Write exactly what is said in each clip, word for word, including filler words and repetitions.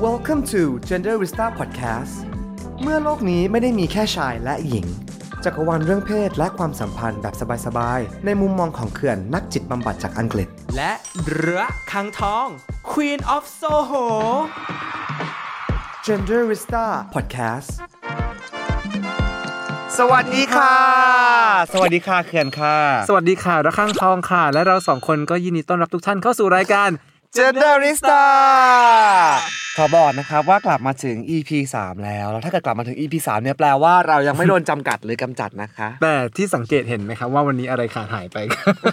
Welcome to Genderista Podcast เมื่อโลกนี้ไม่ได้มีแค่ชายและหญิงจักรวาลเรื่องเพศและความสัมพันธ์แบบสบายๆในมุมมองของเขื่อนนักจิตบำบัดจากอังกฤษและเรือคังทอง Queen of Soho Genderista Podcast สวัสดีค่ะสวัสดีค่ะเขื่อนค่ะสวัสดีค่ะระคังทองค่ะและเราสองคนก็ยินดีต้อนรับทุกท่านเข้าสู่รายการ Genderista ขอบอกนะครับว่ากลับมาถึง อี พี สามแล้วแล้วถ้าเกิดกลับมาถึง อี พี สามเนี่ยแปลว่าเรายังไม่โดนจำกัดหรือกำจัดนะคะแต่ที่สังเกตเห็นไหมครับว่าวันนี้อะไรขาดหายไป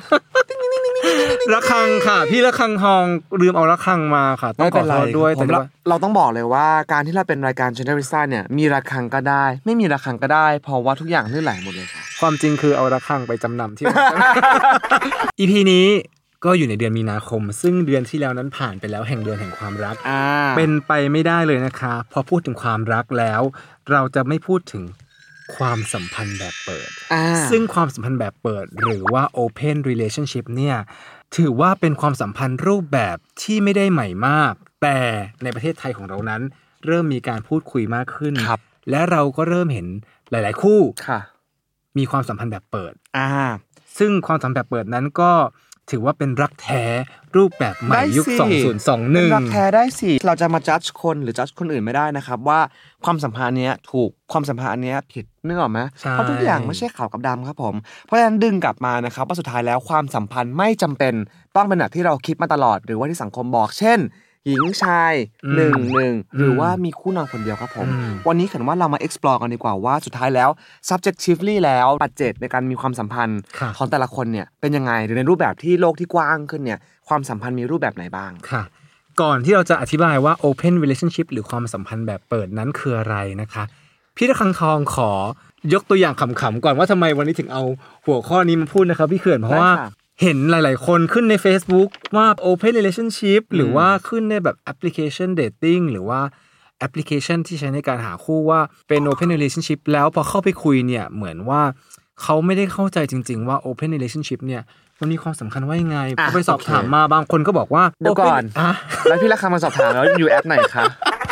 ระฆังค่ะพี่ระฆังทองลืมเอาระฆังมาค่ะต้องขอโทษด้วยแต่ว่าเราต้องบอกเลยว่าการที่เราเป็นรายการ Genderista เนี่ยมีระฆังก็ได้ไม่มีระฆังก็ได้เพราะว่าทุกอย่างลื่นไหลหมดเลยค่ะความจริงคือเอาระฆังไปจำนำที่ อี พี นี้ก็อยู่ในเดือนมีนาคมซึ่งเดือนที่แล้วนั้นผ่านไปแล้วแห่งเดือนแห่งความรักเป็นไปไม่ได้เลยนะคะพอพูดถึงความรักแล้วเราจะไม่พูดถึงความสัมพันธ์แบบเปิดซึ่งความสัมพันธ์แบบเปิดหรือว่า open relationship เนี่ยถือว่าเป็นความสัมพันธ์รูปแบบที่ไม่ได้ใหม่มากแต่ในประเทศไทยของเรานั้นเริ่มมีการพูดคุยมากขึ้นและเราก็เริ่มเห็นหลายๆคู่มีความสัมพันธ์แบบเปิดซึ่งความสัมพันธ์แบบเปิดนั้นก็ถือว่าเป็นรักแท้รูปแบบใหม่ยุคสองพันยี่สิบเอ็ดรักแท้ได้สิเราจะมาจัดคนหรือจัดคนอื่นไม่ได้นะครับว่าความสัมพันธ์เนี้ยถูกความสัมพันธ์เนี้ยผิดนึกออกมั้ยเพราะทุกอย่างไม่ใช่ขาวกับดำครับผมเพราะฉะนั้นดึงกลับมานะครับว่าสุดท้ายแล้วความสัมพันธ์ไม่จำเป็นต้องเป็นแบบที่เราคิดมาตลอดหรือว่าที่สังคมบอกเช่นหญิงชายหนึ่ง หนึ่งหรือว่ามีคู่นอนคนเดียวครับผมวันนี้เห็นว่าเรามา explore กันดีกว่าว่าสุดท้ายแล้ว subjectively แล้วปัจเจกในการมีความสัมพันธ์ของแต่ละคนเนี่ยเป็นยังไงหรือในรูปแบบที่โลกที่กว้างขึ้นเนี่ยความสัมพันธ์มีรูปแบบไหนบ้างค่ะก่อนที่เราจะอธิบายว่า open relationship หรือความสัมพันธ์แบบเปิดนั้นคืออะไรนะคะพี่ระฆังทองขอยกตัวอย่างขำๆก่อนว่าทำไมวันนี้ถึงเอาหัวข้อนี้มาพูดนะครับพี่เขื่อนเพราะว่าเห็นหลายๆคนขึ้นใน Facebook ว่า Open Relationship หรือว่าขึ้นในแบบแอปพลิเคชัน Dating หรือว่าแอปพลิเคชันที่ใช้ในการหาคู่ว่าเป็น Open Relationship แล้วพอเข้าไปคุยเนี่ยเหมือนว่าเขาไม่ได้เข้าใจจริงๆว่า Open Relationship เนี่ยมันมีความสำคัญว่ายังไงพอไปสอบถามมาบางคนก็บอกว่าเดี๋ยวก่อนแล้วพี่ระฆังมาสอบถามแล้วอยู่แอปไหนคะ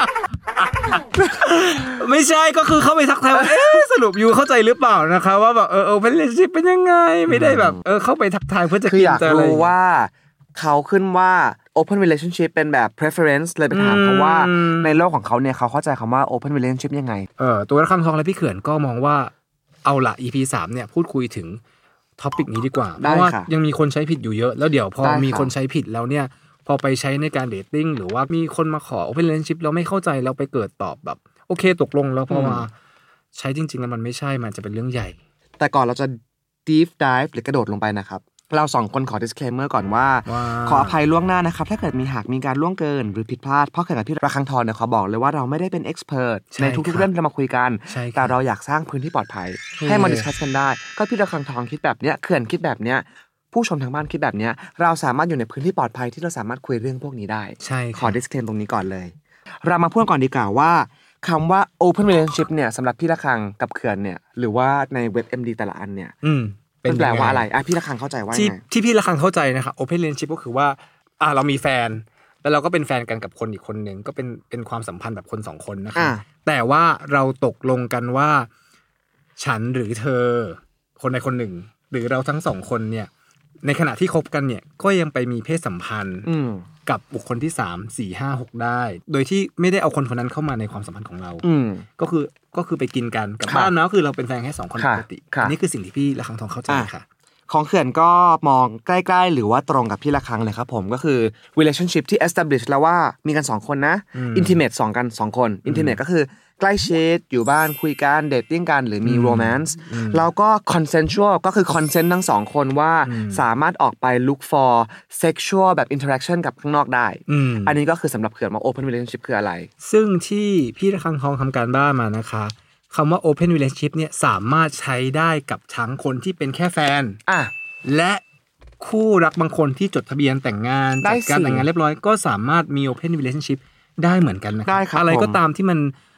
ไม่ใช่ก็คือเข้าไปทักทายว่าเอ๊ะสรุปอยู่เข้าใจหรือเปล่านะคะว่าแบบเออ Open Relationship เป็นยังไงไม่ได้แบบเออเข้าไปทักทายเพื่อจะกินจะอะไรคืออยากรู้ว่าเขาขึ้นว่า Open Relationship เป็นแบบ preference เลยไปถามเขาว่าในโลกของเขาเนี่ยเขาเข้าใจคำว่า Open Relationship ยังไงเออตัวระฆังทองและพี่เขื่อนก็มองว่าเอาละ อี พี สามเนี่ยพูดคุยถึงท็อปิกนี้ดีกว่าเพราะว่ายังมีคนใช้ผิดอยู่เยอะแล้วเดี๋ยวพอมีคนใช้ผิดแล้วเนี่ยพอไปใช้ในการเดทติ้งหรือว่ามีคนมาขอ Open Relationship แล้วไม่เข้าใจแล้วไปเกิดตอบแบบโอเคตกลงแล้วพอมาใช้จริงๆแล้วมันไม่ใช่มันจะเป็นเรื่องใหญ่แต่ก่อนเราจะ deep dive หรือกระโดดลงไปนะครับเราสองคนขอ disclaimer ก่อนว่าขออภัยล่วงหน้านะครับถ้าเกิดมีหากมีการล่วงเกินหรือผิดพลาดเพราะเกิดกับพี่ระฆังทองเนี่ยขอบอกเลยว่าเราไม่ได้เป็น expert ในทุกๆเรื่องที่เรามาคุยกันแต่เราอยากสร้างพื้นที่ปลอดภัยให้มา discuss กันได้ก็พี่ระฆังทองคิดแบบเนี้ยเขื่อนคิดแบบเนี้ยผู้ชมทางบ้านคิดแบบเนี้ยเราสามารถอยู่ในพื้นที่ปลอดภัยที่เราสามารถคุยเรื่องพวกนี้ได้ขอ disclaimer ตรงนี้ก่อนเลยเรามาพูดก่อนดีกว่าว่าคำว่า open relationship เนี่ยสำหรับพี่ระฆังกับเขื่อนเนี่ยหรือว่าในเว็บ เอ็ม ดี แต่ละอันเนี่ยเป็นแปลว่าอะไรอ่ะพี่ระฆังเข้าใจว่าไงที่พี่ระฆังเข้าใจนะครับ open relationship ก็คือว่าอ่ะเรามีแฟนแล้วเราก็เป็นแฟนกันกับคนอีกคนนึงก็เป็นเป็นความสัมพันธ์แบบคนสองคนนะครับแต่ว่าเราตกลงกันว่าฉันหรือเธอคนใดคนหนึ่งหรือเราทั้งสองคนเนี่ยในขณะที่คบกันเนี่ยก็ยังไปมีเพศสัมพันธ์กับบุคคลที่สาม สี่ ห้า หกได้โดยที่ไม่ได้เอาคนคนนั้นเข้ามาในความสัมพันธ์ของเราก็คือก็คือไปกินกันกับบ้านเนาะคือเราเป็นแฟนแค่สองคนปกติอันนี้คือสิ่งที่พี่ระฆังทองเข้าใจค่ะของเขื่อนก็มองใกล้ๆหรือว่าตรงกับพี่ระฆังเลยครับผมก็คือ relationship ที่ establish แล้วว่ามีกันสองคนนะ intimate สองกันสองคน intimate ก็คือใกล้ชิดอยู่บ้านคุยกันเดทติ้งกันหรือมี romance แล้วก็ consensual ก็คือ consent ทั้งสองคนว่าสามารถออกไป look for sexual แบบ interaction กับข้างนอกได้อันนี้ก็คือสำหรับเขื่อนว่า open relationship คืออะไรซึ่งที่พี่ระฆังทองทำการบ้านมานะคะคำว่า open relationship เนี่ยสามารถใช้ได้กับทั้งคนที่เป็นแค่แฟนอ่ะและคู่รักบางคนที่จดทะเบียนแต่งงานจัดการแต่งงานเรียบร้อยก็สามารถมี open relationship ได้เหมือนกันนะครับอะไรก็ตามที่มัน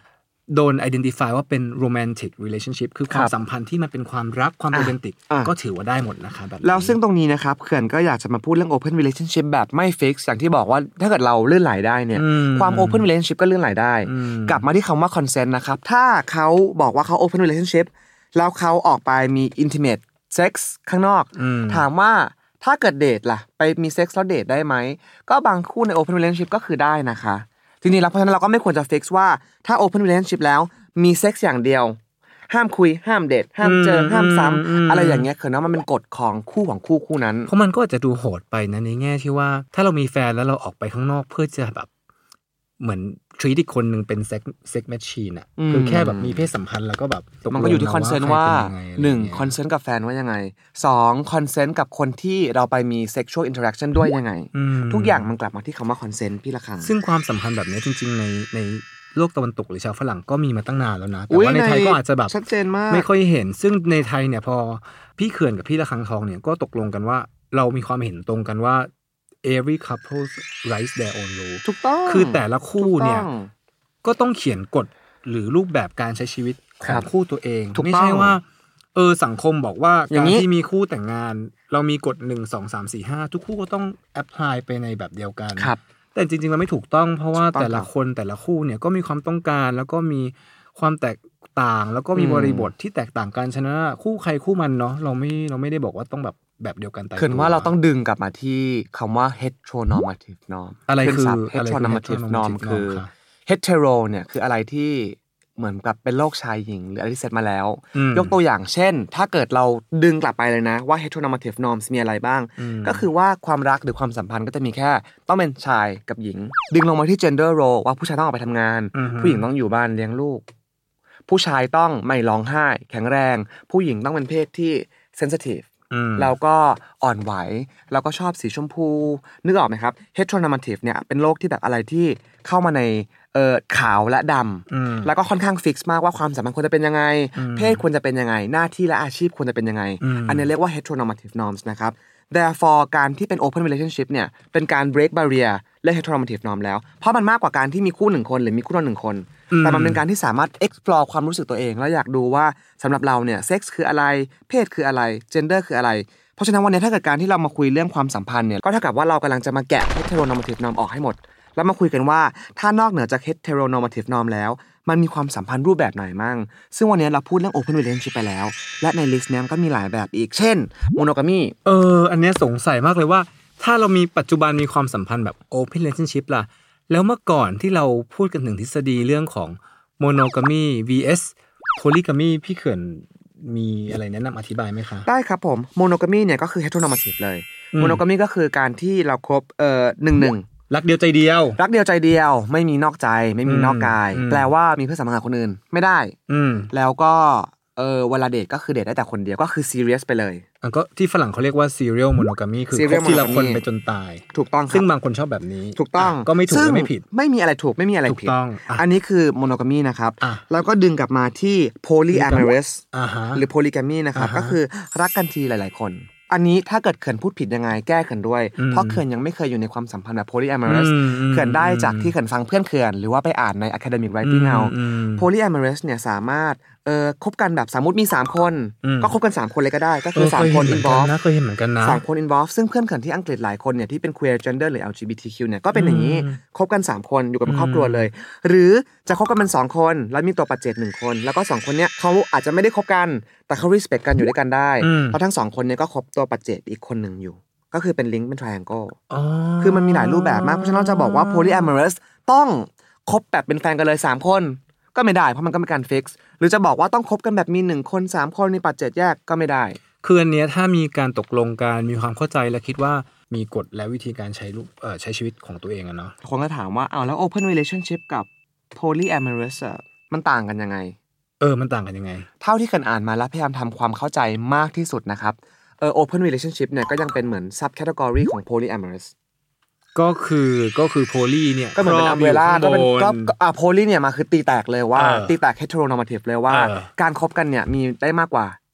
โดน identify ว่าเป็น romantic relationship คือความสัมพันธ์ที่มันเป็นความรักความโรแมนติกก็ถือว่าได้หมดนะคะแบบแล้วซึ่งตรงนี้นะครับเขื่อนก็อยากจะมาพูดเรื่อง open relationship แบบไม่ fix อย่างที่บอกว่าถ้าเกิดเราลื่นไหลได้เนี่ยความ open relationship ก็ลื่นไหลได้กลับมาที่คำว่า consent นะครับถ้าเขาบอกว่าเขา open relationship แล้วเขาออกไปมี intimate sex ข้างนอกถามว่าถ้าเกิดเดทล่ะไปมีเซ็กซ์แล้วเดทได้ไหมก็บางคู่ใน open relationship ก็คือได้นะคะทีนี้แล้วเพราะฉะนั้นเราก็ไม่ควรจะ fix ว่าถ้า open relationship แล้วมีเซ็กซ์อย่างเดียวห้ามคุยห้ามเดทห้ามเจอห้ามซ้ำอะไรอย่างเงี้ยคือนะมันเป็นกฎของคู่ของคู่คู่นั้นเพราะมันก็อาจจะดูโหดไปนะในแง่ที่ว่าถ้าเรามีแฟนแล้วเราออกไปข้างนอกเพื่อจะแบบเหมือนทรีตอีกคนนึงเป็นเซ็กเซ็กแมชชีนอ่ะคือแค่แบบมีเพศสัมพันธ์แล้วก็แบบมันก็อยู่ที่คอนเซนต์ว่าหนึ่งคอนเซนต์กับแฟนว่ายังไงสองคอนเซนต์กับคนที่เราไปมีเซ็กชวลอินเทอร์แอคชั่นด้วยยังไงทุกอย่างมันกลับมาที่คำว่าคอนเซนต์พี่ละครังซึ่งความสัมพันธ์แบบนี้จริงๆในในโลกตะวันตกหรือชาวฝรั่งก็มีมาตั้งนานแล้วนะแต่ว่าในไทยก็อาจจะแบบชัดเจนมากไม่ค่อยเห็นซึ่งในไทยเนี่ยพอพี่เขื่อนกับพี่ละครังทองเนี่ยก็ตกลงกันว่าเรามีความเห็นตรงกันว่า every couple writes their own rule ถูกต้องคือแต่ละคู่เนี่ยก็ต้องเขียนกฎหรือรูปแบบการใช้ชีวิตของคู่ตัวเองไม่ใช่ว่าเออสังคมบอกว่าการที่มีคู่แต่งงานเรามีกฎหนึ่ง สอง สาม สี่ ห้าทุกคู่ก็ต้องแอพพลายไปในแบบเดียวกันแต่จริงๆมันไม่ถูกต้องเพราะว่าแต่ละคนแต่ละคู่เนี่ยก็มีความต้องการแล้วก็มีความแตกต่างแล้วก็มีบริบทที่แตกต่างกันฉะนั้นคู่ใครคู่มันเนาะเราไม่เราไม่ได้บอกว่าต้องแบบแบบเดียวกันแต่คือว่าเราต้องดึงกลับมาที่คำว่า heteronormative norm อะไรคือ heteronormative norm คือ hetero เนี่ยคืออะไรที่เหมือนกับเป็นโลกชายหญิงหรืออะไรที่เซตมาแล้วยกตัวอย่างเช่นถ้าเกิดเราดึงกลับไปเลยนะว่า heteronormative norms มีอะไรบ้างก็คือว่าความรักหรือความสัมพันธ์ก็จะมีแค่ต้องเป็นชายกับหญิงดึงลงมาที่ gender role ว่าผู้ชายต้องออกไปทำงานผู้หญิงต้องอยู่บ้านเลี้ยงลูกผู้ชายต้องไม่ร้องไห้แข็งแรงผู้หญิงต้องเป็นเพศที่ sensitive แล้วก็อ่อนไหวแล้วก็ชอบสีชมพูนึกออกไหมครับ heteronormative เนี่ยเป็นโลกที่แบบอะไรที่เข้ามาในเอ่อขาวและดำแล้วก็ค่อนข้างฟิกซ์มากว่าความสัมพันธ์ควรจะเป็นยังไงเพศควรจะเป็นยังไงหน้าที่และอาชีพควรจะเป็นยังไงอันนี้เรียกว่า heteronormative norms นะครับ therefore การที่เป็น open relationship เนี่ยเป็นการ break barrier เรื่อง heteronormative norm แล้วเพราะมันมากกว่าการที่มีคู่หนึ่งคนหรือมีคู่นอกหนึ่งคนแต่มันเป็นการที่สามารถ explore ความรู้สึกตัวเองแล้วอยากดูว่าสำหรับเราเนี่ย sex คืออะไรเพศคืออะไร gender คืออะไรเพราะฉะนั้นวันนี้ถ้าเกิดการที่เรามาคุยเรื่องความสัมพันธ์เนี่ยก็เท่ากับว่าเรากำลังจะมาแกะ heteronormative norm ออกให้หมดแล้วมาคุยกันว่าถ้านอกเหนือจาก heteronormative norm แล้วมันมีความสัมพันธ์รูปแบบไหนมั่งซึ่งวันนี้เราพูดเรื่อง open relationship ไปแล้วและในลิสต์นี้ก็มีหลายแบบอีกเช่น monogamy เอออันนี้สงสัยมากเลยว่าถ้าเรามีปัจจุบันมีความสัมพันธ์แบบ open relationship ล่ะแล้วเมื่อก่อนที่เราพูดกันถึงทฤษฎีเรื่องของ monogamy vs polygamy พี่เขื่อนมีอะไรแนะนำอธิบายไหมคะได้ครับผม monogamy เนี่ยก็คือ heteronormative เลย monogamy ก็คือการที่เราคบเอ่อหนึ่งหนึ่งรักเดียวใจเดียวรักเดียวใจเดียวไม่มีนอกใจไม่มีนอกกายแปลว่ามีเพศสัมพันธ์กับคนอื่นไม่ได้แล้วก็เออเวลาเดทก็คือเดทได้แต่คนเดียวก็คือ serious ไปเลยอันก็ที่ฝรั่งเขาเรียกว่า serial monogamy คือคบทีละคนไปจนตายถูกต้องซึ่งบางคนชอบแบบนี้ถูกต้องก็ไม่ถูกไม่ผิดไม่มีอะไรถูกไม่มีอะไรผิดอันนี้คือ monogamy นะครับแล้วก็ดึงกลับมาที่ polyamorous หรือ polygamy นะครับก็คือรักกันทีหลายๆคนอันนี้ถ้าเกิดเขื่อนพูดผิดยังไงแก้เขื่อนด้วยเพราะเขื่อนยังไม่เคยอยู่ในความสัมพันธ์แบบ polyamorous เขื่อนได้จากที่เขื่อนฟังเพื่อนเขื่อนหรือว่าไปอ่านใน academic writing เอา polyamorous เนี่ยสามารถเอ่อคบกันแบบสมมุติมีสามคนก็คบกันสามคนเลยก็ได้ก็คือสามคน involve นะเคยเห็นเหมือนกันนะสามคน involve ซึ่งเพื่อนเขื่อนที่อังกฤษหลายคนเนี่ยที่เป็น queer gender หรือ แอล จี บี ที คิว เนี่ยก็เป็นอย่างนี้คบกันสามคนอยู่กับครอบครัวเลยหรือจะคบกันเป็นสองคนแล้วมีตัวปัจเจกหนึ่งคนแล้วก็สองคนเนี้ยเขาอาจจะไม่ได้คบกันแต่เขา respect กันอยู่ด้วยกันได้แล้วทั้งสองคนเนี่ยก็คบตัวปัจเจกอีกคนนึงอยู่ก็คือเป็น link เป็น triangle คือมันมีหลายรูปแบบมากเพราะฉะนั้นเราจะบอกว่า polyamorous ต้องคบแบบเป็นแฟนกันเลยสามคนก็ไม่ได้เพราะมันก็เป็นการฟิกซ์หรือจะบอกว่าต้องคบกันแบบมีหนึ่งคนสามคนมีปัจเจกแยกก็ไม่ได้คืออันเนี้ยถ้ามีการตกลงกันมีความเข้าใจและคิดว่ามีกฎและวิธีการใช้รูปเอ่อใช้ชีวิตของตัวเองอะเนาะคนก็ถามว่าเอาแล้ว open relationship กับ polyamorous อ่ะมันต่างกันยังไงเออมันต่างกันยังไงเท่าที่เกินอ่านมาแล้วพยายามทำความเข้าใจมากที่สุดนะครับเออ open relationship เนี่ยก็ยังเป็นเหมือน sub category ของ polyamorous ก็คือก็คือโพลีเนี่ยก็เหมือนเป็นอัมเบร่าก็เป็นก็อ่าโพลีเนี่ยมาคือตีแตกเลยว่าตีแตก heteronormative เลยว่าการคบกันเนี่ยมีได้มากกว่า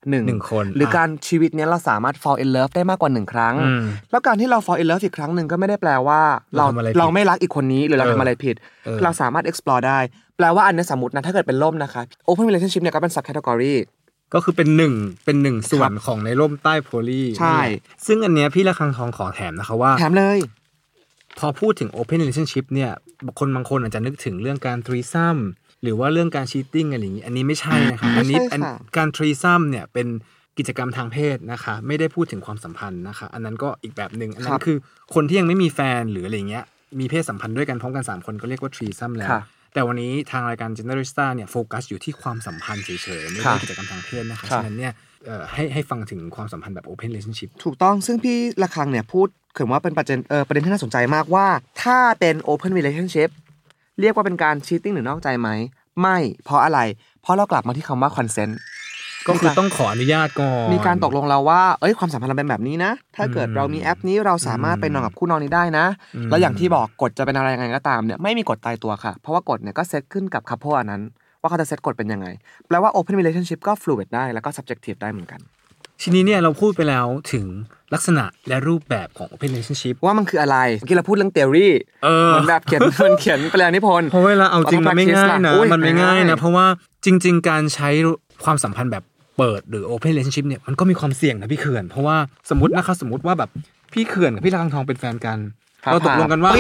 หนึ่งหนึ่งคนหรือการชีวิตนี้เราสามารถ fall in love ได้มากกว่าหนึ่งครั้งแล้วการที่เรา fall in love อีกครั้งนึงก็ไม่ได้แปลว่าเราเราไม่รักอีกคนนี้หรือเราทำอะไรผิดเราสามารถ explore ได้แปลว่าอันนี้สมมุตินะถ้าเกิดเป็นร่มนะคะ open relationship เนี่ยก็เป็น subcategory ก็คือเป็นหนึ่งเป็นหนึ่งส่วนของในร่มใต้โพลีใช่ซึ่งอันเนี้ยพี่ละคังทองขอแถมนะคะว่าแถมเลยพอพูดถึง open relationship เนี่ยคนบางคนอาจจะนึกถึงเรื่องการทรีซัมหรือว่าเรื่องการชีตติ้งอะไรอย่างนี้อันนี้ไม่ใช่นะคะอันนี้การทรีซัมเนี่ยเป็นกิจกรรมทางเพศนะคะไม่ได้พูดถึงความสัมพันธ์นะคะอันนั้นก็อีกแบบนึงอันนั้นคือคนที่ยังไม่มีแฟนหรืออะไรเงี้ยมีเพศสัมพันธ์ด้วยกันพร้อมกันสามคนก็เรียกว่าทรีซัมแล้วแต่วันนี้ทางรายการ Genderista เนี่ยโฟกัสอยู่ที่ความสัมพันธ์เฉยๆไม่ใช่กิจกรรมทางเพศนะคะฉะนั้นเนี่ยเอ่อให้ให้ฟังถึงความสัมพันธ์แบบ open relationship ถูกต้องซึ่งพี่ละคังเนี่ยพูดถึงว่าเป็นประเด็นเอ่อประเด็นที่น่าสนใจมากว่าถ้าเป็น open relationship เรียกว่าเป็นการ cheating หรือนอกใจไหมไม่เพราะอะไรเพราะเรากลับมาที่คำว่า consent ก็คือต้องขออนุญาตก่อนมีการตกลงเราว่าเอ้ยความสัมพันธ์เราเป็นแบบนี้นะถ้าเกิดเรามีแอปนี้เราสามารถไปนอนกับคู่นอนนี้ได้นะแล้วอย่างที่บอกกฎจะเป็นอะไรยังไงก็ตามเนี่ยไม่มีกฎตายตัวค่ะเพราะว่ากฎเนี่ยก็เซตขึ้นกับ couple อันนั้นว่าเขาจะเซตกฎเป็นยังไงแปลว่า open relationship ก็ fluid ได้แล้วก็ subjective ได้เหมือนกันทีนี้เนี่ยเราพูดไปแล้วถึงลักษณะและรูปแบบของ open relationship ว่ามันคืออะไรเมื่อกี้เราพูดเรื่อง theory เออมันแบบเขียนมันเขียนแปลนิพนธ์เพราะเวลาเอาจริงมันไม่ง่ายนะมันไม่ง่ายนะเพราะว่าจริงๆการใช้ความสัมพันธ์แบบเปิดหรือ open relationship เนี่ยมันก็มีความเสี่ยงนะพี่เขื่อนเพราะว่าสมมตินะครับสมมติว่าแบบพี่เขื่อนกับพี่ละคังทองเป็นแฟนกันเราตกลงกันว่า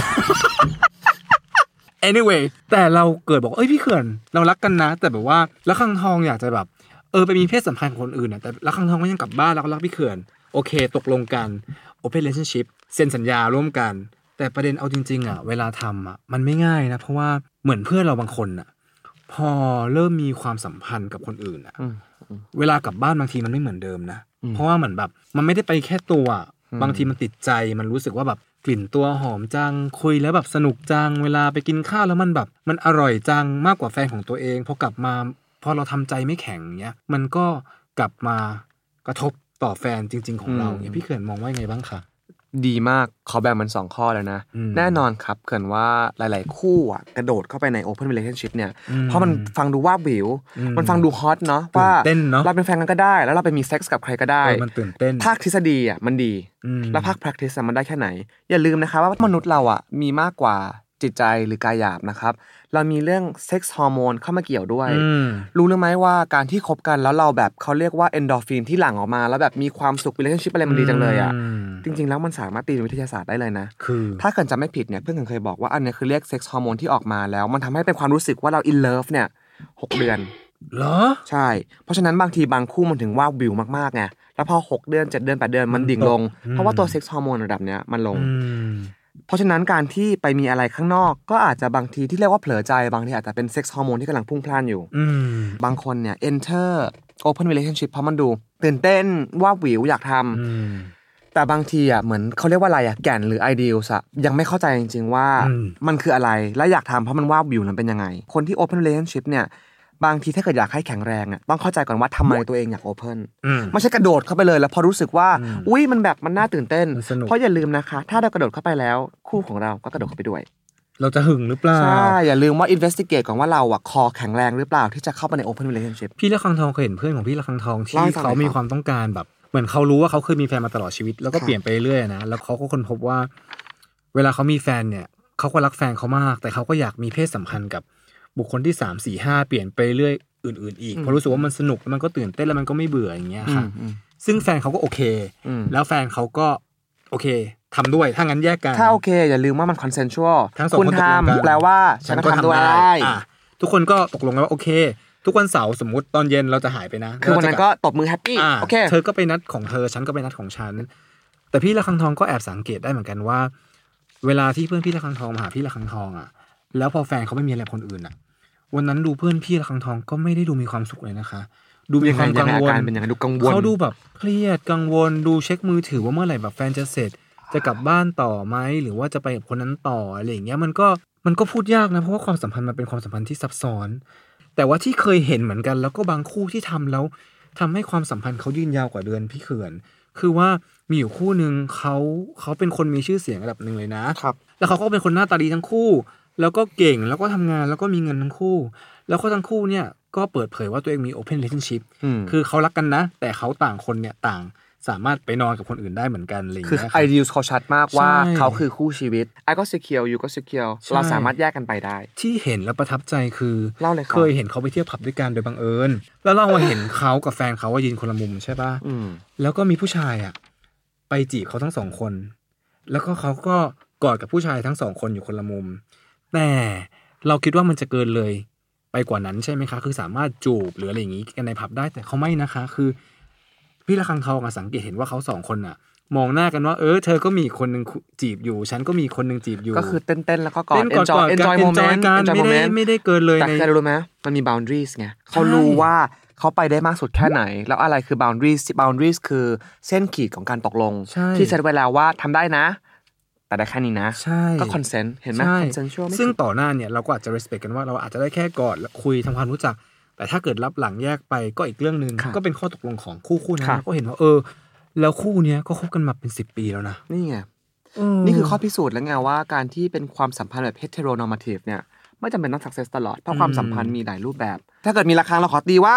anyway แต่เราเกิดบอกเอ้ยพี่เขื่อนเรารักกันนะแต่แบบว่าละคังทองอยากจะแบบเออไปมีเพศสัมพันธ์กับคนอื่นนะแต่ละคังทองก็ยังกลับบ้านแล้วก็รักพี่เขื่อนโอเคตกลงกัน open relationship เซ็นสัญญาร่วมกันแต่ประเด็นเอาจริงๆอ่ะเวลาทำอ่ะมันไม่ง่ายนะเพราะว่าเหมือนเพื่อนเราบางคนอ่ะพอเริ่มมีความสัมพันธ์กับคนอื่นอ่ะเวลากลับบ้านบางทีมันไม่เหมือนเดิมนะเพราะว่าเหมือนแบบมันไม่ได้ไปแค่ตัวบางทีมันติดใจมันรู้สึกว่าแบบกลิ่นตัวหอมจังคุยแล้วแบบสนุกจังเวลาไปกินข้าวแล้วมันแบบมันอร่อยจังมากกว่าแฟนของตัวเองพอกลับมาพอเราทำใจไม่แข็งเงี้ยมันก็กลับมากระทบต่อแฟนจริงๆของเราเนี่ยพี่เขื่อนมองว่าไงบ้างคะดีมากขอแบ่งมันสองข้อแล้วนะแน่นอนครับเขื่อนว่าหลายๆคู่อ่ะกระโดดเข้าไปใน open relationship เนี่ยเพราะมันฟังดูว่าวิวมันฟังดูฮอตเนาะว่าเราเป็นแฟนกันก็ได้แล้วเราไปมีเซ็กส์กับใครก็ได้มันตื่นเต้นภาคทฤษฎีอ่ะมันดีแล้วภาค practice มันได้แค่ไหนอย่าลืมนะคะว่ามนุษย์เราอ่ะมีมากกว่าจิตใจหรือกายหยาบนะครับเรามีเรื่องเซ็กซ์ฮอร์โมนเข้ามาเกี่ยวด้วยรู้หรือไหมว่าการที่คบกันแล้วเราแบบเขาเรียกว่าเอนโดรฟินที่หลั่งออกมาแล้วแบบมีความสุข relationship อะไรมันดีจังเลยอ่ะจริงๆแล้วมันสามารถตีเป็นวิทยาศาสตร์ได้เลยนะคือถ้าเกิดจำไม่ผิดเนี่ยเพื่อนเคยบอกว่าอันนี้คือเรียกเซ็กซ์ฮอร์โมนที่ออกมาแล้วมันทำให้เป็นความรู้สึกว่าเรา in love เนี่ยหกเดือนเหรอใช่เพราะฉะนั้นบางทีบางคู่มันถึงว่าวิวมากๆไงแล้วพอหกเดือนเจ็ดเดือนแปดเดือนมันดิ่งลงเพราะว่าตัวเซ็กซ์ฮอร์โมนระดับเนี้ยมันลงเพราะฉะนั้นการที่ไปมีอะไรข้างนอกก็อาจจะบางทีที่เรียกว่าเผลอใจบางทีอาจจะเป็นเซ็กซ์ฮอร์โมนที่กำลังพุ่งพล่านอยู่บางคนเนี่ย enter open relationship เพราะมันดูตื่นเต้นว่าวิวอยากทำแต่บางทีอ่ะเหมือนเขาเรียกว่าอะไรอ่ะแก่นหรือ ideals อ่ะยังไม่เข้าใจจริงๆว่ามันคืออะไรและอยากทำเพราะมันว่าวิวนั้นเป็นยังไงคนที่ open relationship เนี่ยบางทีถ้าเกิดอยากให้แข็งแรงอ่ะต้องเข้าใจก่อนว่าทำไมตัวเองอยากโอเพ่นไม่ใช่กระโดดเข้าไปเลยแล้วพอรู้สึกว่าอุ้ยมันแบบมันน่าตื่นเต้นเพราะอย่าลืมนะคะถ้าเรากระโดดเข้าไปแล้วคู่ของเราก็กระโดดเข้าไปด้วยเราจะหึงหรือเปล่าใช่อย่าลืมว่า investigate ก่อนว่าเราอ่ะคอแข็งแรงหรือเปล่าที่จะเข้าไปใน open relationship พี่ละคังทองเคยเห็นเพื่อนของพี่ละคังทองที่เขามีความต้องการแบบเหมือนเขารู้ว่าเขาเคยมีแฟนมาตลอดชีวิตแล้วก็เปลี่ยนไปเรื่อยๆนะแล้วเขาก็ค้นพบว่าเวลาเขามีแฟนเนี่ยเขาก็รักแฟนเขามากแต่เขาก็อยากมีเพศสัมพันธ์กับบุคคลที่สาม สี่ ห้าเปลี่ยนไปเรื่อยอื่นๆอีกเพราะรู้สึกว่ามันสนุกมันก็ตื่นเต้นแล้วมันก็ไม่เบื่ออย่างเงี้ยค่ะซึ่งแฟนเขาก็โอเคแล้วแฟนเขาก็โอเคทำด้วยถ้างั้นแยกกันถ้าโอเคอย่าลืมว่ามัน consensual คุณทำแปลว่าฉันก็ทำด้วยทุกคนก็ตกลงกันว่าโอเคทุกวันเสาร์สมมติตอนเย็นเราจะหายไปนะคือวันนั้นก็ตบมือแฮปปี้โอเคเธอก็ไปนัดของเธอฉันก็ไปนัดของฉันแต่พี่ละคังทองก็แอบสังเกตได้เหมือนกันว่าเวลาที่เพื่อนพี่ละคังทองมาหาพี่ละคังทองอ่ะแล้วพอแฟนเขาไม่มีอะไรคนอื่นอ่ะวันนั้นดูเพื่อนพี่ละคังทองก็ไม่ได้ดูมีความสุขเลยนะคะดูมีความกังวลเป็นยังไงดูกังวลเขาดูแบบเครียดกังวลดูเช็คมือถือว่าเมื่อไหร่แบบแฟนจะเสร็จจะกลับบ้านต่อไหมหรือว่าจะไปกับคนนั้นต่ออะไรอย่างเงี้ยมันก็มันก็พูดยากนะเพราะว่าความสัมพันธ์มันเป็นความสัมพันธ์ที่ซับซ้อนแต่ว่าที่เคยเห็นเหมือนกันแล้วก็บางคู่ที่ทำแล้วทำให้ความสัมพันธ์เขายืนยาวกว่าเดือนพี่เขื่อนคือว่ามีอยู่คู่นึงเขาเขาเป็นคนมีชื่อเสียงระดับนึงเลยนะครับแล้วเขาก็เป็นคนหน้าตาดีทั้งคู่แล้วก็เก่งแล้วก็ทำงานแล้วก็มีเงินทั้งคู่แล้วก็ทั้งคู่เนี่ยก็เปิดเผยว่าตัวเองมี open relationship คือเขารักกันนะแต่เขาต่างคนเนี่ยต่างสามารถไปนอนกับคนอื่นได้เหมือนกันอะไรอย่างเงี้ยคือ ideal เขาชัดมากว่าเขาคือคู่ชีวิต I ก็ secure you ก็ secure เราสามารถแยกกันไปได้ที่เห็นแล้วประทับใจคือเคยเห็นเขาไปเที่ยวผับด้วยกันโดยบังเอิญแล้วเราเห็นเขากับแฟนเขาว่ายืนคนละมุมใช่ป่ะแล้วก็มีผู้ชายอ่ะไปจีบเขาทั้งสองคนแล้วก็เขาก็กอดกับผู้ชายทั้งสองคนอยู่คนละมุมแต่เราคิดว่ามันจะเกินเลยไปกว่านั้นใช่ไหมคะคือสามารถจูบหรืออะไรอย่างงี้กันในผับได้แต่เขาไม่นะคะคือพี่ละคังทองสังเกตเห็นว่าเขาสองคนอ่ะมองหน้ากันว่าเออเธอก็มีคนนึงจีบอยู่ฉันก็มีคนนึงจีบอยู่ก็คือเต้นๆแล้วก็กอด enjoy enjoy moment enjoy moment ไม่ได้เกินเลยแต่แค่รู้ไหมมันมี boundaries ไงเขารู้ว่าเขาไปได้มากสุดแค่ไหนแล้วอะไรคือ boundaries boundaries คือเส้นขีดของการตกลงที่เซตไว้แล้วว่าทำได้นะแต่ได้แค่นี้นะก็ consent เห็นไหม consensual ซึ่งต่อหน้าเนี่ยเราก็อาจจะ respect กันว่าเราอาจจะได้แค่กอดคุยทำความรู้จักแต่ถ้าเกิดรับหลังแยกไปก็อีกเรื่องนึงก็เป็นข้อตกลงของคู่คู่นั้นก็เห็นว่าเออแล้วคู่เนี้ยก็คบกันมาเป็นสิบปีแล้วนะนี่ไงนี่คือข้อพิสูจน์แล้วไงว่าการที่เป็นความสัมพันธ์แบบ heteronormative เนี่ยไม่จำเป็นต้อง success ตลอดเพราะความสัมพันธ์มีหลายรูปแบบถ้าเกิดมีราคาเราขอตีว่า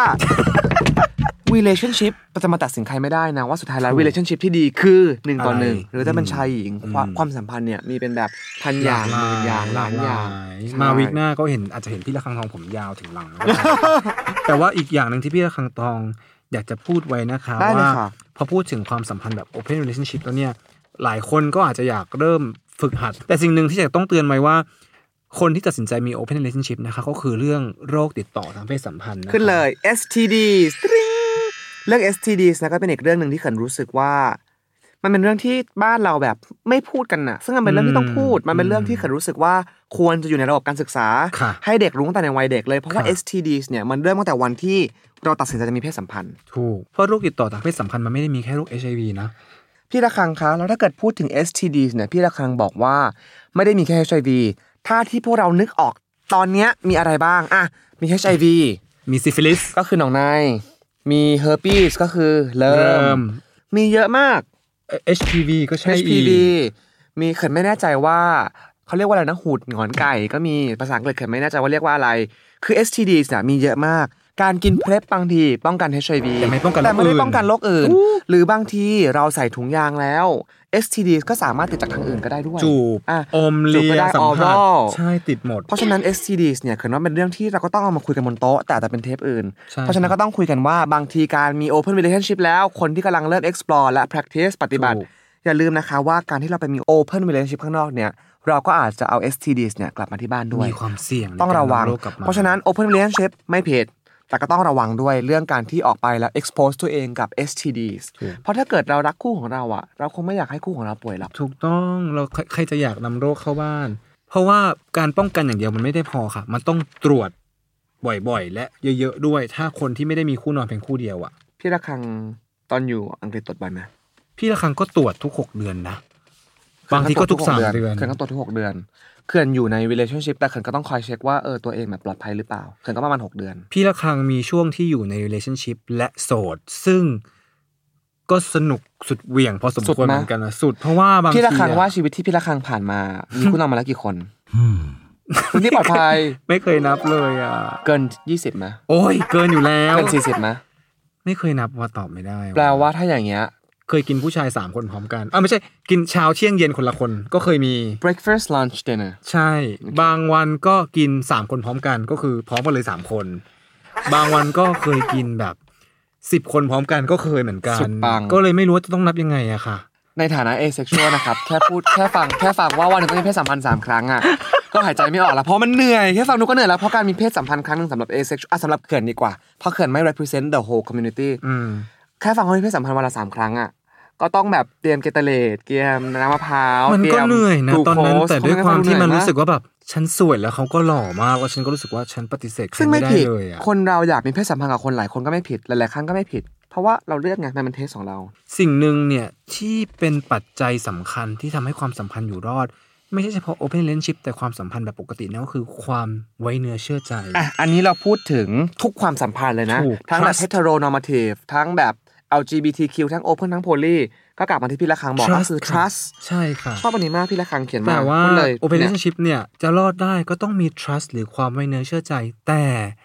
relationship จะมาตัดสินใครไม่ได้นะว่าสุดท้ายแล้ว relationship ที่ดีคือหนึ่งต่อหนึ่งหรือจะเป็นชายหญิงความสัมพันธ์เนี่ยมีเป็นแบบพันอย่างหมื่นอย่างล้านอย่างมาวิกหน้าก็เห็นอาจจะเห็นพี่ละคังทองผมยาวถึงหลัง แต่ว่าอีกอย่างนึงที่พี่ละคังทองอยากจะพูดไว้นะคะว่าพอพูดถึงความสัมพันธ์แบบ open relationship แล้วเนี่ยหลายคนก็อาจจะอยากเริ่มฝึกหัดแต่สิ่งหนึ่งที่อยากต้องเตือนไว้ว่าคนที่ตัดสินใจมี open relationship นะคะก็คือเรื่องโรคติดต่อทางเพศสัมพันธ์ขึ้นเลย เอส ที ดี เรื่อง เอส ที ดี นะก็เป็นอีกเรื่องนึงที่เขินรู้สึกว่ามันเป็นเรื่องที่บ้านเราแบบไม่พูดกันน่ะซึ่งมันเป็นเรื่องที่ต้องพูดมันเป็นเรื่องที่เขินรู้สึกว่าควรจะอยู่ในระบบการศึกษาให้เด็กรู้ตั้งแต่ในวัยเด็กเลยเพราะว่า เอส ที ดี เนี่ยมันเริ่มตั้งแต่วันที่เราตัดสินใจจะมีเพศสัมพันธ์ถูกเพราะโรคติดต่อทางเพศสัมพันธ์มันไม่ได้มีแค่โรค เอช ไอ วี นะพี่ละคังคะแล้วถ้าเกิดพูดถึง เอส ที ดี เนี่ยพี่ละคังบอกว่าไม่ได้มีแค่ เอช ไอ วี ถ้าที่พวกเรานึกออกตอนนี้มีอะไรบ้างอ่ะมี เอช ไอ วีมีซิฟิลิสก็คือหนองในมีเฮอร์ปีสก็คือเริ่มมีเยอะมากเอช พี วี ก็ใช่เอช พี วี มีเขินไม่แน่ใจว่าเขาเรียกว่าอะไรนะหูดหงอนไก่ก็มีภาษาอังกฤษเขินไม่แน่ใจว่าเรียกว่าอะไรคือ เอส ที ดี เนี่ยมีเยอะมากการกินเพลฟบางทีป้องกัน เอช ไอ วีแต่ไม่ป้องกันแต่ไม่ได้ป้องกันโรคอื่นหรือบางทีเราใส่ถุงยางแล้ว เอส ที ดี ก็สามารถติดจากทางอื่นก็ได้ด้วยจูบอมเลียสัมผัสใช่ติดหมดเพราะฉะนั้น เอส ที ดี เนี่ยคือว่าเป็นเรื่องที่เราก็ต้องเอามาคุยกันบนโต๊ะแต่แต่เป็นเทปอื่นเพราะฉะนั้นก็ต้องคุยกันว่าบางทีการมี open relationship แล้วคนที่กำลังเริ่ม explore และ practice ปฏิบัติอย่าลืมนะคะว่าการที่เราไปมี open relationship ข้างนอกเนี่ยเราก็อาจจะเอา เอส ที ดี เนี่ยกลับมาที่บ้านด้วยมีความเสี่ยงต้องระวังเพราะฉะนั้น open relationship ไม่ผิดแต่ก็ต้องระวังด้วยเรื่องการที่ออกไปแล้ว expose ตัวเองกับ เอส ที ดี เพราะถ้าเกิดเรารักคู่ของเราอ่ะเราคงไม่อยากให้คู่ของเราป่วยหรอกถูกต้องเราใครจะอยากนำโรคเข้าบ้านเพราะว่าการป้องกันอย่างเดียวมันไม่ได้พอค่ะมันต้องตรวจบ่อยๆและเยอะๆด้วยถ้าคนที่ไม่ได้มีคู่นอนเพียงคู่เดียวอ่ะพี่ละคังตอนอยู่อังกฤษตรวจบ่อยไหมพี่ละคังก็ตรวจทุกหกเดือนนะบางทีก็ทุกสามเดือนเขื่อนก็ตรวจทุกหกเดือนเขื่อนอยู่ใน relationship แต่เขื่อนก็ต้องคอยเช็คว่าเออตัวเองแบบปลอดภัยหรือเปล่าเขื่อนก็ประมาณหกเดือนพี่ละคังมีช่วงที่อยู่ใน relationship และโสดซึ่งก็สนุกสุดเหวี่ยงพอสมควรเหมือนกันนะสุดเพราะว่าบางทีพี่ละคังว่าชีวิตที่พี่ละคังผ่านมามีคู่นอนมาแล้วกี่คนคุณที่ปลอดภัยไม่เคยนับเลยอ่ะเกินยี่สิบมั้ยโอ้ยเกินอยู่แล้วเกินสี่สิบมั้ยไม่เคยนับว่าตอบไม่ได้แปลว่าถ้าอย่างเงี้ยเคยกินผู้ชายสามคนพร้อมกันอ่ะไม่ใช่กินเช้าเที่ยงเย็นคนละคนก็เคยมี breakfast lunch dinner ใช่บางวันก็กินสามคนพร้อมกันก็คือพร้อมกันเลยสามคนบางวันก็เคยกินแบบสิบคนพร้อมกันก็เคยเหมือนกันก็เลยไม่รู้ว่าจะต้องนับยังไงอะค่ะในฐานะ asexual นะครับแค่พูดแค่ฟังแค่ฟังว่าวันนึงต้องมีเพศสัมพันธ์สามครั้งอ่ะก็หายใจไม่ออกแล้วเพราะมันเหนื่อยแค่ฟังดูก็เหนื่อยแล้วเพราะการมีเพศสัมพันธ์ครั้งนึงสำหรับ asexual อ่ะสำหรับเขื่อนดีกว่าเพราะเขื่อนไม่ represent the whole community แค่ฟังว่ามีเพศสัมพันธ์วันละสามครั้งอ่ะก็ต้องแบบเตรียมเกตาเลตเตรียมน้ำมะพร้าวมันก็เหนื่อยนะตอนนั้นแต่ด้วยความที่มันรู้สึกว่าแบบฉันสวยแล้วเขาก็หล่อมากว่าฉันก็รู้สึกว่าฉันปฏิเสธไม่ได้เลยอ่ะคนเราอยากมีเพศสัมพันธ์กับคนหลายคนก็ไม่ผิดหลายๆครั้งก็ไม่ผิดเพราะว่าเราเลือกไงมันเป็นเทสของเราสิ่งนึงเนี่ยที่เป็นปัจจัยสำคัญที่ทำให้ความสัมพันธ์อยู่รอดไม่ใช่เฉพาะ open relationship แต่ความสัมพันธ์แบบปกตินั่นก็คือความไว้เนื้อเชื่อใจอ่ะอันนี้เราพูดถึงทุกความสัมพันธ์เลยนะทั้งแบบ heteronormative ทั้งแบบ แอล จี บี ที คิว ทั้ง open ทั้ง poly ก็กลับมาที่พี่ละคังบอกก็คือ trust ใช่ค่ะชอบอันนี้มากพี่ละคังเขียนมาแต่ว่า open relationship เนี่ยจะรอดได้ก็ต้องมี trust หรือความไว้เนื้อเชื่อใจแต่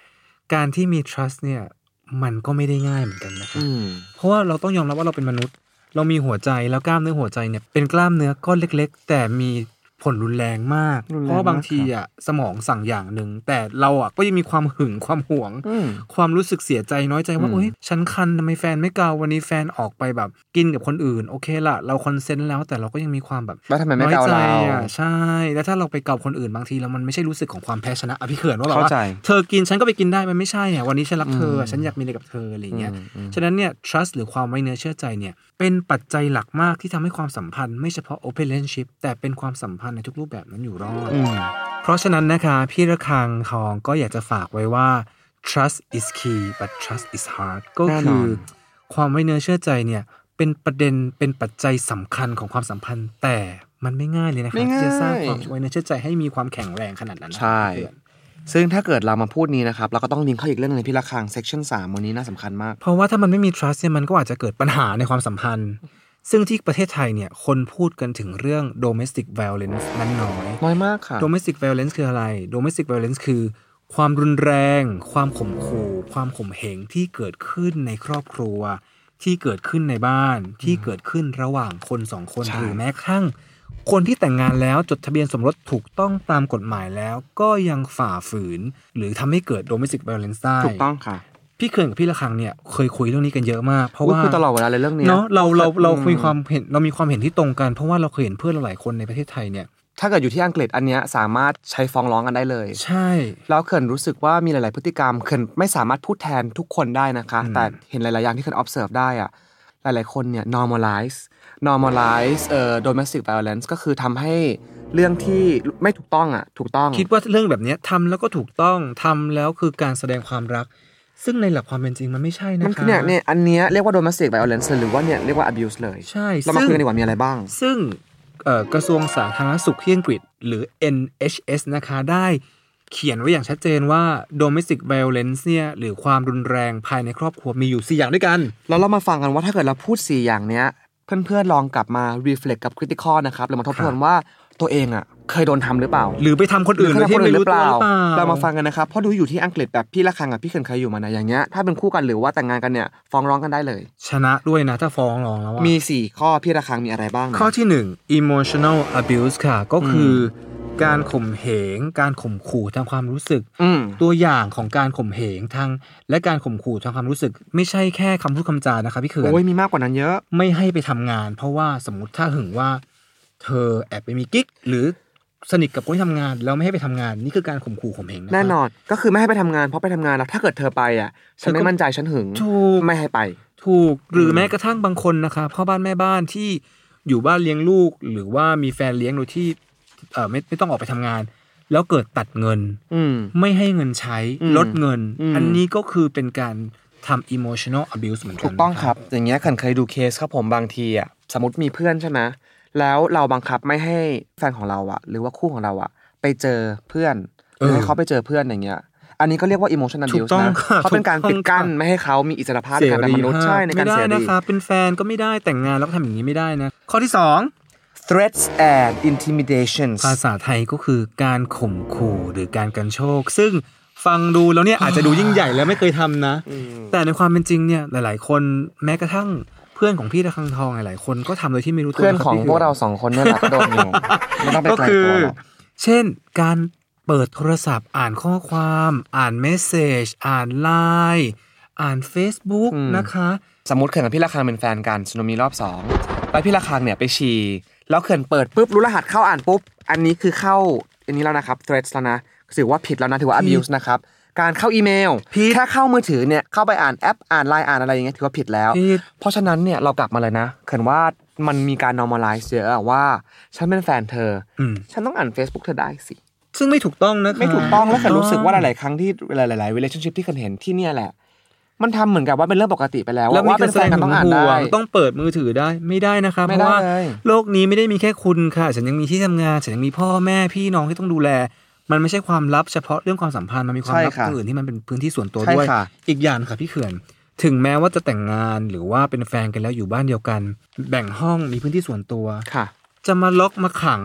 การที่มี trust เนี่ยมันก็ไม่ได้ง่ายเหมือนกันนะครับเพราะว่าเราต้องยอมรับว่าเราเป็นมนุษย์เรามีหัวใจแล้วกล้ามเนื้อหัวใจเนี่ยเป็นกล้ามเนื้อก้อนเล็กๆแต่มีผลรุนแรงมากเพราะบางทีอ่ะสมองสั่งอย่างนึงแต่เราอ่ะก็ยังมีความหึงความหวงความรู้สึกเสียใจน้อยใจว่าโอ๊ยฉันคันทำไมแฟนไม่เกาวันนี้แฟนออกไปแบบกินกับคนอื่นโอเคละเราคอนเซนต์แล้วแต่เราก็ยังมีความแบบน้อยใจอ่ะใช่แล้วถ้าเราไปเกาคนอื่นบางทีแล้วมันไม่ใช่รู้สึกของความแพ้ชนะอภิเขินว่าแบบว่าเธอกินฉันก็ไปกินได้มันไม่ใช่อ่ะวันนี้ฉันรักเธอฉันอยากมีอะไรกับเธออะไรเงี้ยฉะนั้นเนี่ย trust หรือความไว้เนื้อเชื่อใจเนี่ยเป็นปัจจัยหลักมากที่ทำให้ความสัมพันธ์ไม่เฉพาะ open relationship แต่เป็นความสัมพันธ์ในทุกรูปแบบนั้นอยู่รอดเพราะฉะนั้นนะคะพี่ระฆังทองก็อยากจะฝากไว้ว่า trust is key but trust is hard ก็คือความไว้เนื้อเชื่อใจเนี่ยเป็นประเด็นเป็นปัจจัยสำคัญของความสัมพันธ์แต่มันไม่ง่ายเลยนะคะที่จะสร้างความไว้เนื้อเชื่อใจให้มีความแข็งแรงขนาดนั้นใช่ซึ่งถ้าเกิดเรามาพูดนี้นะครับเราก็ต้องลิงก์เข้าอีกเรื่องนึงพี่ระฆัง section สามวันนี้น่าสำคัญมากเพราะว่าถ้ามันไม่มี trust เนี่ยมันก็อาจจะเกิดปัญหาในความสัมพันธ์ซึ่งที่ประเทศไทยเนี่ยคนพูดกันถึงเรื่อง domestic violence นั้นน้อยน้อยมากค่ะ domestic violence คืออะไร domestic violence คือความรุนแรงความข่มขู่ความข่มเหงที่เกิดขึ้นในครอบครัวที่เกิดขึ้นในบ้านที่เกิดขึ้นระหว่างคนสองคนหรือแม้กระทั่งคนที่แต่งงานแล้วจดทะเบียนสมรสถูกต้องตามกฎหมายแล้วก็ยังฝ่าฝืนหรือทำให้เกิด domestic violence ได้ถูกต้องค่ะพี่เขื่อนกับพี่ระฆังเนี่ยเคยคุยเรื่องนี้กันเยอะมากเพราะว่าคุยตลอดเวลาเลยเรื่องนี้เนาะเราเราเราคุยความเห็นเรามีความเห็นที่ตรงกันเพราะว่าเราเคยเห็นเพื่อนเราหลายคนในประเทศไทยเนี่ยถ้าเกิดอยู่ที่อังกฤษอันเนี้ยสามารถใช้ฟ้องร้องกันได้เลยใช่แล้วเขื่อนรู้สึกว่ามีหลายๆพฤติกรรมเขื่อนไม่สามารถพูดแทนทุกคนได้นะคะแต่เห็นหลายๆอย่างที่เขื่อน observe ได้อะหลายๆคนเนี่ย normalize normalize เอ่อ domestic violence ก็คือทำให้เรื่องที่ไม่ถูกต้องอ่ะถูกต้องคิดว่าเรื่องแบบนี้ทำแล้วก็ถูกต้องทำแล้วคือการแสดงความรักซึ่งในหลักความเป็นจริงมันไม่ใช่นะคะมันคือเนี่ยเนี่ยอันเนี้ยเรียกว่า domestic violence หรือว่าเนี่ยเรียกว่า abuse เลยใช่เรามาคุยกันดีกว่ามีอะไรบ้างซึ่งกระทรวงสาธารณสุขที่อังกฤษหรือ เอ็น เอช เอส นะคะได้เขียนไว้อย่างชัดเจนว่า domestic violence เนี่ยหรือความรุนแรงภายในครอบครัวมีอยู่สี่อย่างด้วยกันแล้วเรามาฟังกันว่าถ้าเกิดเราพูดสี่อย่างเนี้ยเพื่อนๆลองกลับมา reflect กับ critical นะครับเรามาทบทวนว่าตัวเองอ่ะเคยโดนทำหรือเปล่าหรือไปทำคนอื่นโดยที่ไม่รู้ตัวหรือเปล่าเรามาฟังกันนะครับเพราะดูอยู่ที่อังกฤษแบบพี่ระฆังกับพี่เขื่อนเคยอยู่มานะอย่างเงี้ยถ้าเป็นคู่กันหรือว่าแต่งงานกันเนี่ยฟ้องร้องกันได้เลยชนะด้วยนะถ้าฟ้องร้องแล้วมีสี่ข้อพี่ระฆังมีอะไรบ้างข้อที่หนึ่ง emotional abuse ค่ะก็คือการข่มเหงการข่มขู่ทางความรู้สึกตัวอย่างของการข่มเหงทางและการข่มขู่ทางความรู้สึกไม่ใช่แค่คำพูดคำจานะคะพี่เขื่อนโอ้ยมีมากกว่านั้นเยอะไม่ให้ไปทำงานเพราะว่าสมมติถ้าหึงว่าเธอแอบไปมีกิ๊กหรือสนิทกับคนที่ทำงานแล้วไม่ให้ไปทำงานนี่คือการข่มขู่ข่มเหงนะแน่นอนก็คือไม่ให้ไปทำงานเพราะไปทำงานแล้วถ้าเกิดเธอไปอ่ะฉันไม่มั่นใจฉันหึงไม่ให้ไปถูกหรือแม้กระทั่งบางคนนะคะพ่อบ้านแม่บ้านที่อยู่บ้านเลี้ยงลูกหรือว่ามีแฟนเลี้ยงโดยที่เอ่อไม่ไม่ต้องออกไปทำงานแล้วเกิดตัดเงินไม่ให้เงินใช้ลดเงินอันนี้ก็คือเป็นการทำ emotional abuse เหมือนกันถูกต้องครับอย่างเงี้ยเคยดูเคสครับผมบางทีอ่ะสมมติมีเพื่อนใช่ไหมแล้วเราบังคับไม่ให้แฟนของเราอ่ะหรือว่าคู่ของเราอ่ะไปเจอเพื่อนหรือให้เขาไปเจอเพื่อนอย่างเงี้ยอันนี้ก็เรียกว่า emotional abuse นะเขาเป็นการปิดกั้นไม่ให้เขามีอิสรภาพในการเป็นมนุษย์ใช่ในการเสรีไม่ได้นะคะเป็นแฟนก็ไม่ได้แต่งงานแล้วก็ทำอย่างนี้ไม่ได้นะข้อที่สอง threats and intimidations ภาษาไทยก็คือการข่มขู่หรือการกันโชคซึ่งฟังดูแล้วเนี่ยอาจจะดูยิ่งใหญ่แล้วไม่เคยทำนะแต่ในความเป็นจริงเนี่ยหลายๆคนแม้กระทั่งเพื่อนของพี่ระฆังทองหลายๆคนก็ทำโดยที่ไม่รู้ตัวเพื่อนของพวกเราสองคนเนี่ยแหละก็โดนอยู่ไม่ต้องไปไกลตัวหรอกเช่นการเปิดโทรศัพท์อ่านข้อความอ่านเมสเสจอ่านไลน์อ่าน Facebook นะคะสมมุติเขื่อนกับพี่ระฆังเป็นแฟนกันสนุมีรอบสองแล้วพี่ระฆังเนี่ยไปฉี่แล้วเขื่อนเปิดปุ๊บรู้รหัสเข้าอ่านปุ๊บอันนี้คือเข้าอันนี้แล้วนะครับ threats แล้วนะถือว่าผิดแล้วนะถือว่า abuse นะครับการเข้าอีเมลแค่เข้ามือถือเนี่ยเข้าไปอ่านแอปอ่านไลน์อ่านอะไรอย่างเงี้ยถือว่าผิดแล้วเพราะฉะนั้นเนี่ยเรากลับมาเลยนะเขื่อนว่ามันมีการ normalize เยอะว่าฉันเป็นแฟนเธอฉันต้องอ่าน Facebook เธอได้สิซึ่งไม่ถูกต้องนะคะไม่ถูกต้องแล้วเขื่อนรู้สึกว่าหลายๆครั้งที่หลายๆ relationship ที่เขื่อนเห็นที่เนี่ยแหละมันทำเหมือนกับว่าเป็นเรื่องปกติไปแล้วว่าเป็นแฟนกันต้องอ่านได้ต้องเปิดมือถือได้ไม่ได้นะคะเพราะว่าโลกนี้ไม่ได้มีแค่คุณค่ะฉันยังมีที่ทำงานฉันยังมีพ่อแม่พี่น้องที่ต้องดูแลมันไม่ใช่ความลับเฉพาะเรื่องความสัมพันธ์มันมีความลับอื่นที่มันเป็นพื้นที่ส่วนตัวด้วยอีกอย่างค่ะพี่เขื่อนถึงแม้ว่าจะแต่งงานหรือว่าเป็นแฟนกันแล้วอยู่บ้านเดียวกันแบ่งห้องมีพื้นที่ส่วนตัวจะมาล็อกมาขัง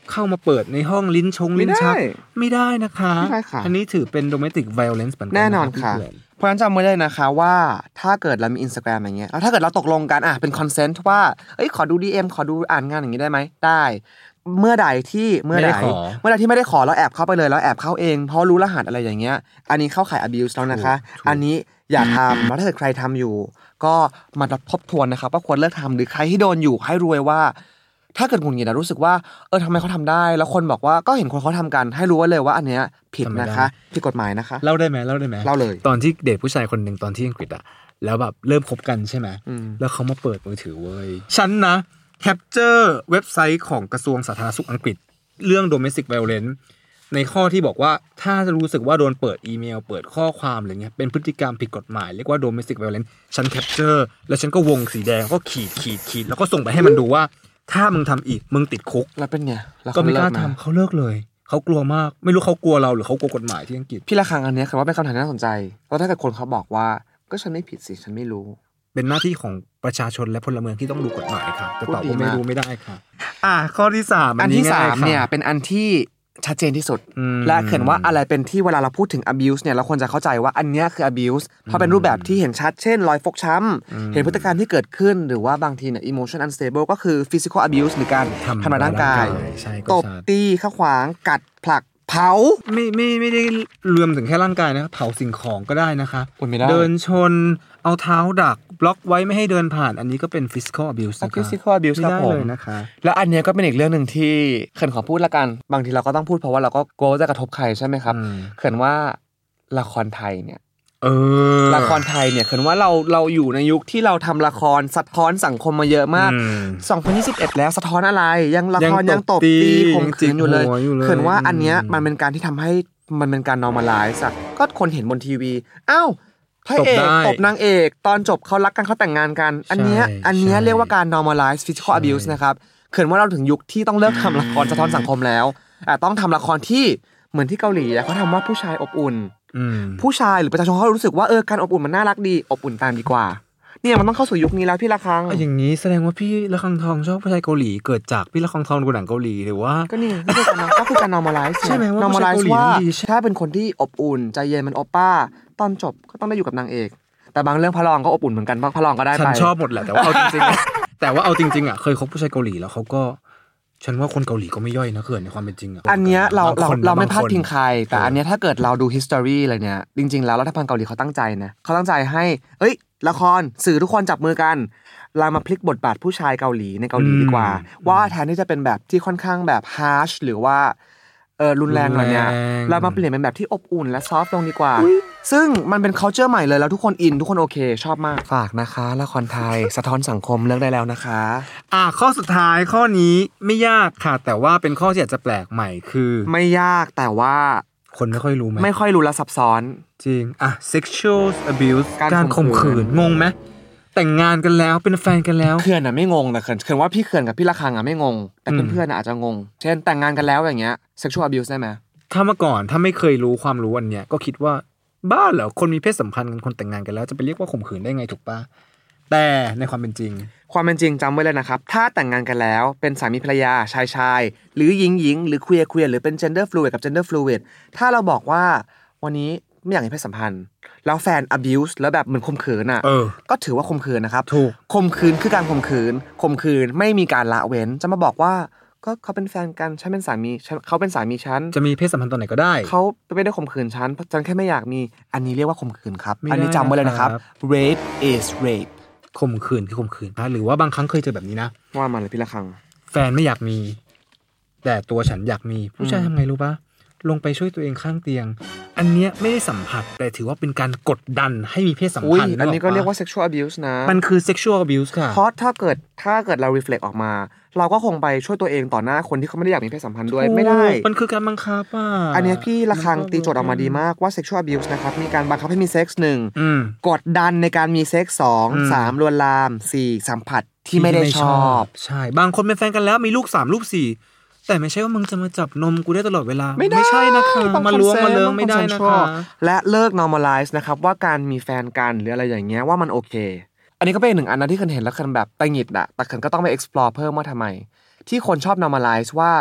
เข้ามาเปิดในห้องลิ้นชงลิ้นชักไม่ได้นะคะอันนี้ถือเป็น domestic violence เหมือนกันแน่นอนค่ะเพราะฉะนั้นจำไว้เลยนะคะว่าถ้าเกิดเรามี Instagram อย่างเงี้ยแล้วถ้าเกิดเราตกลงกันอ่ะเป็น consent ว่าเอ้ยขอดู ดี เอ็ม ขอดูอ่านงานอย่างงี้ได้ไหมได้เมื่อใดที่เมื่อใดเมื่อใดที่ไม่ได้ขอแล้วแอบเข้าไปเลยแล้วแอบเข้าเองเพราะรู้รหัสอะไรอย่างเงี้ยอันนี้เข้าข่าย abuse แล้วนะคะอันนี้อย่าทำแล้วถ้าเกิดใครทำอยู่ก็มาทบทวนนะครับว่าควรเลิกทำหรือใครที่โดนอยู่ให้รู้ไว้ว่าถ้าเกิดหงุดหงิดนะรู้สึกว่าเออทำไมเขาทำได้แล้วคนบอกว่าก็เห็นคนเขาทำกันให้รู้ไว้เลยว่าอันเนี้ยผิดนะคะผิดกฎหมายนะคะเล่าได้ไหมเล่าได้ไหมเล่าเลยตอนที่เดทผู้ชายคนหนึ่งตอนที่อังกฤษอะแล้วแบบเริ่มคบกันใช่ไหมแล้วเขามาเปิดมือถือเว้ยฉันนะแคปเจอร์เว็บไซต์ของกระทรวงสาธารณสุขอังกฤษเรื่อง domestic violence ในข้อที่บอกว่าถ้าจะรู้สึกว่าโดนเปิดอีเมลเปิดข้อความอะไรเงี้ยเป็นพฤติกรรมผิดกฎหมายเรียกว่า domestic violence ฉันแคปเจอร์แล้วฉันก็วงสีแดงก็ขีดขีดขีดแล้วก็ส่งไปให้มันดูว่าถ้ามึงทำอีกมึงติดคุกแล้วเป็นไงก็ไม่กล้าทำเขาเลิกเลยเขากลัวมากไม่รู้เขากลัวเราหรือเขากลัวกฎหมายที่อังกฤษพี่ละครั้งอันนี้คือว่าเป็นคำถามที่น่าสนใจเพราะถ้าเกิดคนเขาบอกว่าก็ฉันไม่ผิดสิฉันไม่รู้เป็นหน้าที่ของประชาชนและพลเมืองที่ต้องรู้กฎหมายครับจะตอบว่าไม่รู้ไม่ได้ครับอ่ะข้อที่สามอันที่สามเนี่ยเป็นอันที่ชัดเจนที่สุดและเขียนว่าอะไรเป็นที่เวลาเราพูดถึง abuse เนี่ยเราควรจะเข้าใจว่าอันนี้คือ abuse เพราะเป็นรูปแบบที่เห็นชัดเช่นรอยฟกช้ำเห็นพฤติกรรมที่เกิดขึ้นหรือว่าบางทีเนี่ย emotion unstable ก็คือ physical abuse หรือการทำร้ายร่างกายตบตีข้าขวางกัดผลักเผาไม่ไม่ไม่ได้รวมถึงแค่ร่างกายนะเผาสิ่งของก็ได้นะคะเดินชนเอาเท้าดักบล็อกไว้ไม่ให้เดินผ่านอันนี้ก็เป็น physical abuse นะครับ physical abuse ครับผมนะคะแล้วอันนี้ก็เป็นอีกเรื่องนึงที่เขินขอพูดละกันบางทีเราก็ต้องพูดเพราะว่าเราก็กลัวจะกระทบใครใช่ไหมครับเขินว่าละครไทยเนี่ยเออละครไทยเนี่ยเขินว่าเราเราอยู่ในยุคที่เราทำละครสะท้อนสังคมมาเยอะมากสองพันยี่สิบเอ็ดแล้วสะท้อนอะไรยังละครยังตบตีข่มขืนอยู่เลยเขินว่าอันเนี้ยมันเป็นการที่ทำให้มันเป็นการ normalize อ่ะก็คนเห็นบนทีวีอ้าวพระเอกตบนางเอกตอนจบเขารักกันเขาแต่งงานกันอันเนี้ยอันเนี้ยเรียกว่าการ normalize physical abuse นะครับเขินว่าเราถึงยุคที่ต้องเลิกทำละครสะท้อนสังคมแล้วอ่ะต้องทำละครที่เหมือนที่เกาหลีเขาทำว่าผู้ชายอบอุ่นผู้ชายหรือประชาชนเขารู้สึกว่าเออการอบอุ่นมันน่ารักดีอบอุ่นตามดีกว่าเนี่ยมันต้องเข้าสู่ยุคนี้แล้วพี่ละครังอย่างนี้แสดงว่าพี่ละครังทองชอบผู้ชายเกาหลีเกิดจากพี่ละครังทองดูหนังเกาหลีหรือว่าก็นี่ก็คือการก็คือการ normalize ใช่ไหมว่า normalize ว่าถ้าเป็นคนที่อบอุ่นใจเย็นมันโอป้าตอนจบก็ต้องได้อยู่กับนางเอกแต่บางเรื่องพระรองก็อบอุ่นเหมือนกันพระรองก็ได้ไปฉันชอบหมดแหละแต่ว่าเอาจริงๆแต่ว่าเอาจริงๆอ่ะเคยคบผู้ชายเกาหลีแล้วเขาก็ฉันว่าคนเกาหลีก็ไม่ย่อยนะเกินในความเป็นจริงอ่ะอันเนี้ยเราเราเราไม่พลาดพิงใครแต่อันเนี้ยถ้าเกิดเราดู history อะไรเนี้ยจริงๆแล้วรัฐบาลเกาหลีเขาตั้งใจนะเขาตั้งใจให้เอ้ยละครสื่อทุกคนจับมือกันเรามาพลิกบทบาทผู้ชายเกาหลีในเกาหลีดีกว่าว่าแทนที่จะเป็นแบบที่ค่อนข้างแบบ harsh หรือว่าเออรุนแรงหน่อยเนี่ยเรามาเปลี่ยนเป็นแบบที่อบอุ่นและซอฟต์ลงดีกว่าซึ่งมันเป็น culture ใหม่เลยแล้วทุกคนอินทุกคนโอเคชอบมากฝากนะคะละครไทยสะท้อนสังคมเลือกได้แล้วนะคะอ่ะข้อสุดท้ายข้อนี้ไม่ยากค่ะแต่ว่าเป็นข้อที่อาจจะแปลกใหม่คือไม่ยากแต่ว่าคนไม่ค่อยรู้มั้ยไม่ค่อยรู้และซับซ้อนจริงอ่ะ sexual abuse การข่มขืนงงมั้ยแต่งงานกันแล้วเป็นแฟนกันแล้วเขื่อนน่ะไม่งงแต่เขื่อนเขื่อนว่าพี่เขื่อนกับพี่ละคังอ่ะไม่งงแต่เพื่อนๆอาจจะงงเช่นแต่งงานกันแล้วอย่างเงี้ย sexual abuse ได้มั้ยถ้าเมื่อก่อนถ้าไม่เคยรู้ความรู้อันเนี้ยก็คิดว่าบ้าเหรอคนมีเพศสัมพันธ์กันคนแต่งงานกันแล้วจะไปเรียกว่าข่มขืนได้ไงถูกป่ะแต่ในความเป็นจริงความเป็นจริงจำไว้เลยนะครับถ้าแต่งงานกันแล้วเป็นสามีภรรยาชายชายหรือหญิงหญิงหรือ queer queer หรือเป็น gender fluid กับ gender fluid ถ้าเราบอกว่าวันนี้ไม่อยากมีเพศสัมพันธ์แล้วแฟน abuse แล้วแบบเหมือนข่มขืนอ่ะก็ถือว่าข่มขืนนะครับถูกข่มขืนคือการข่มขืนข่มขืนไม่มีการละเว้นจะมาบอกว่าก็เขาเป็นแฟนกันฉันเป็นสามีเขาเป็นสามีฉันจะมีเพศสัมพันธ์ตอนไหนก็ได้เขาไม่ได้ข่มขืนฉันฉันแค่ไม่อยากมีอันนี้เรียกว่าข่มขืนครับอันนี้จำไว้เลยนะครับ rape is rape ข่มขืนคือข่มขืนหรือว่าบางครั้งเคยเจอแบบนี้นะว่ามาเลยพี่ละคังแฟนไม่อยากมีแต่ตัวฉันอยากมีผู้ชายทำไงรู้ป่ะลงไปช่วยตัวเองข้างเตียงอันเนี้ยไม่ได้สัมผัสแต่ถือว่าเป็นการกดดันให้มีเพศสัมพันธ์อันนี้ก็เรียกว่า sexual abuse นะมันคือ sexual abuse ค่ะเพราะถ้าเกิดถ้าเกิดเรา reflect ออกมาเราก็คงไปช่วยตัวเองต่อหน้าคนที่เขาไม่ได้อยากมีเพศสัมพันธ์ด้วยไม่ได้มันคือการบังคับอ่ะอันนี้พี่ละคังตีโจทย์ออกมาดีมากว่า sexual abuse นะครับมีการบังคับให้มีเซ็กส์หนึ่งกดดันในการมีเซ็กส์สอง สามลวนลามสี่สัมผัสที่ไม่ได้ชอบใช่บางคนเป็นแฟนกันแล้วมีลูกสามลูกสี่แต่ไม่ใช่ว่ามึงจะมาจับนมกูได้ตลอดเวลาไม่ใช่นะคะมาล้วงมาเลิงไม่ได้นะคะและเลิก normalize นะครับว่าการมีแฟนกันหรืออะไรอย่างเงี้ยว่ามันโอเคอันนี้ก็เป็นหนึ่งอันนะที่คนเห็นแล้วคนแบบตังหงิดอะแต่คนก็ต้องไป explore เพิ่มว่าทำไมที่คนชอบ normalize ว่า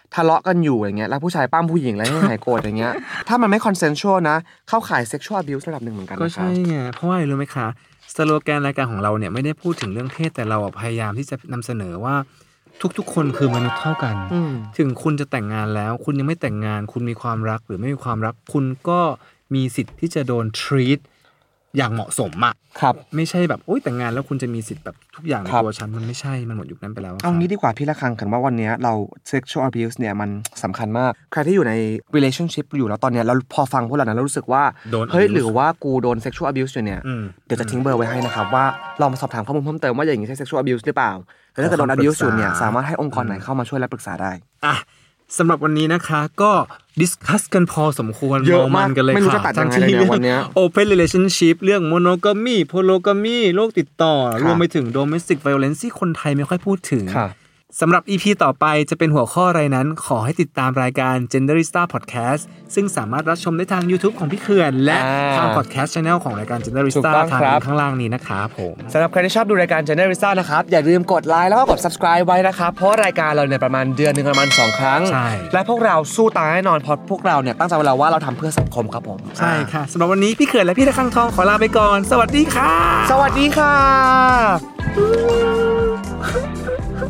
ทะเลาะกันอยู่อย่างเงี้ยแล้วผู้ชายปั้มผู้หญิงแล้วให้หายโกรธอย่างเงี้ยถ้ามันไม่คอนเซนชวลนะเข้าข่าย sexual abuse ระดับหนึ่งเหมือนกันก็ใช่ไงเพราะว่าอะไรรู้ไหมคะสโลแกนรายการของเราเนี่ยไม่ได้พูดถึงเรื่องเพศแต่เราพยายามที่จะนำเสนอว่าทุกๆคนคือมนุษย์เท่ากันถึงคุณจะแต่งงานแล้วคุณยังไม่แต่งงานคุณมีความรักหรือไม่มีความรักคุณก็มีสิทธิ์ที่จะโดน treat อย่างเหมาะสมอ่ะครับไม่ใช่แบบโอ๊ยแต่งงานแล้วคุณจะมีสิทธิ์แบบทุกอย่างในตัวฉันมันไม่ใช่มันหมดยุคนั้นไปแล้วเอางี้ดีกว่าพี่ละคังกันว่าวันนี้เรา sexual abuse เนี่ยมันสำคัญมากใครที่อยู่ใน relationship อยู่แล้วตอนนี้เราพอฟังพวกเรานะเรารู้สึกว่าเฮ้ยหรือว่ากูโดน sexual abuse อยู่เนี่ยเดี๋ยวจะทิ้งเบอร์ไว้ให้นะครับว่าลองมาสอบถามข้อมูลเพิ่มเติมว่าอย่างนี้ใช่ sexual abuse หรือเปล่าแล้วถ้าเกิดโดน abuse อยู่เนี่ยสามารถให้องค์กรไหนเข้ามาช่วยและปรึกษาได้อ่ะสำหรับวันนี้นะคะก็ดิสคัสกันพอสมควรเยอะมากกันเลยค่ะไม่รู้จะตัดยังไงเลยวันนี้ Open Relationship เรื่อง Monogamy Polygamy โรคติดต่อรวมไปถึง Domestic Violence ที่คนไทยไม่ค่อยพูดถึงสำหรับ อี พี ต่อไปจะเป็นหัวข้ออะไรนั้นขอให้ติดตามรายการ Genderista Podcast ซึ่งสามารถรับชมได้ทาง YouTube ของพี่เขื่อนและทาง Podcast Channel ของรายการ Genderista ทางข้างล่างนี้นะครับผมสำหรับใครที่ชอบดูรายการ Genderista นะครับอย่าลืมกดไลค์แล้วก็กด Subscribe ไว้นะครับเพราะรายการเราเนี่ยประมาณเดือนนึงประมาณสองครั้งและพวกเราสู้ตายแน่นอนเพราะพวกเราเนี่ยตั้งใจไว้แล้วว่าเราทำเพื่อสังคมครับผมใช่ค่ะสำหรับวันนี้พี่เขื่อนและพี่ตะคังทองขอลาไปก่อนสวัสดีค่ะสวัสดีค่ะ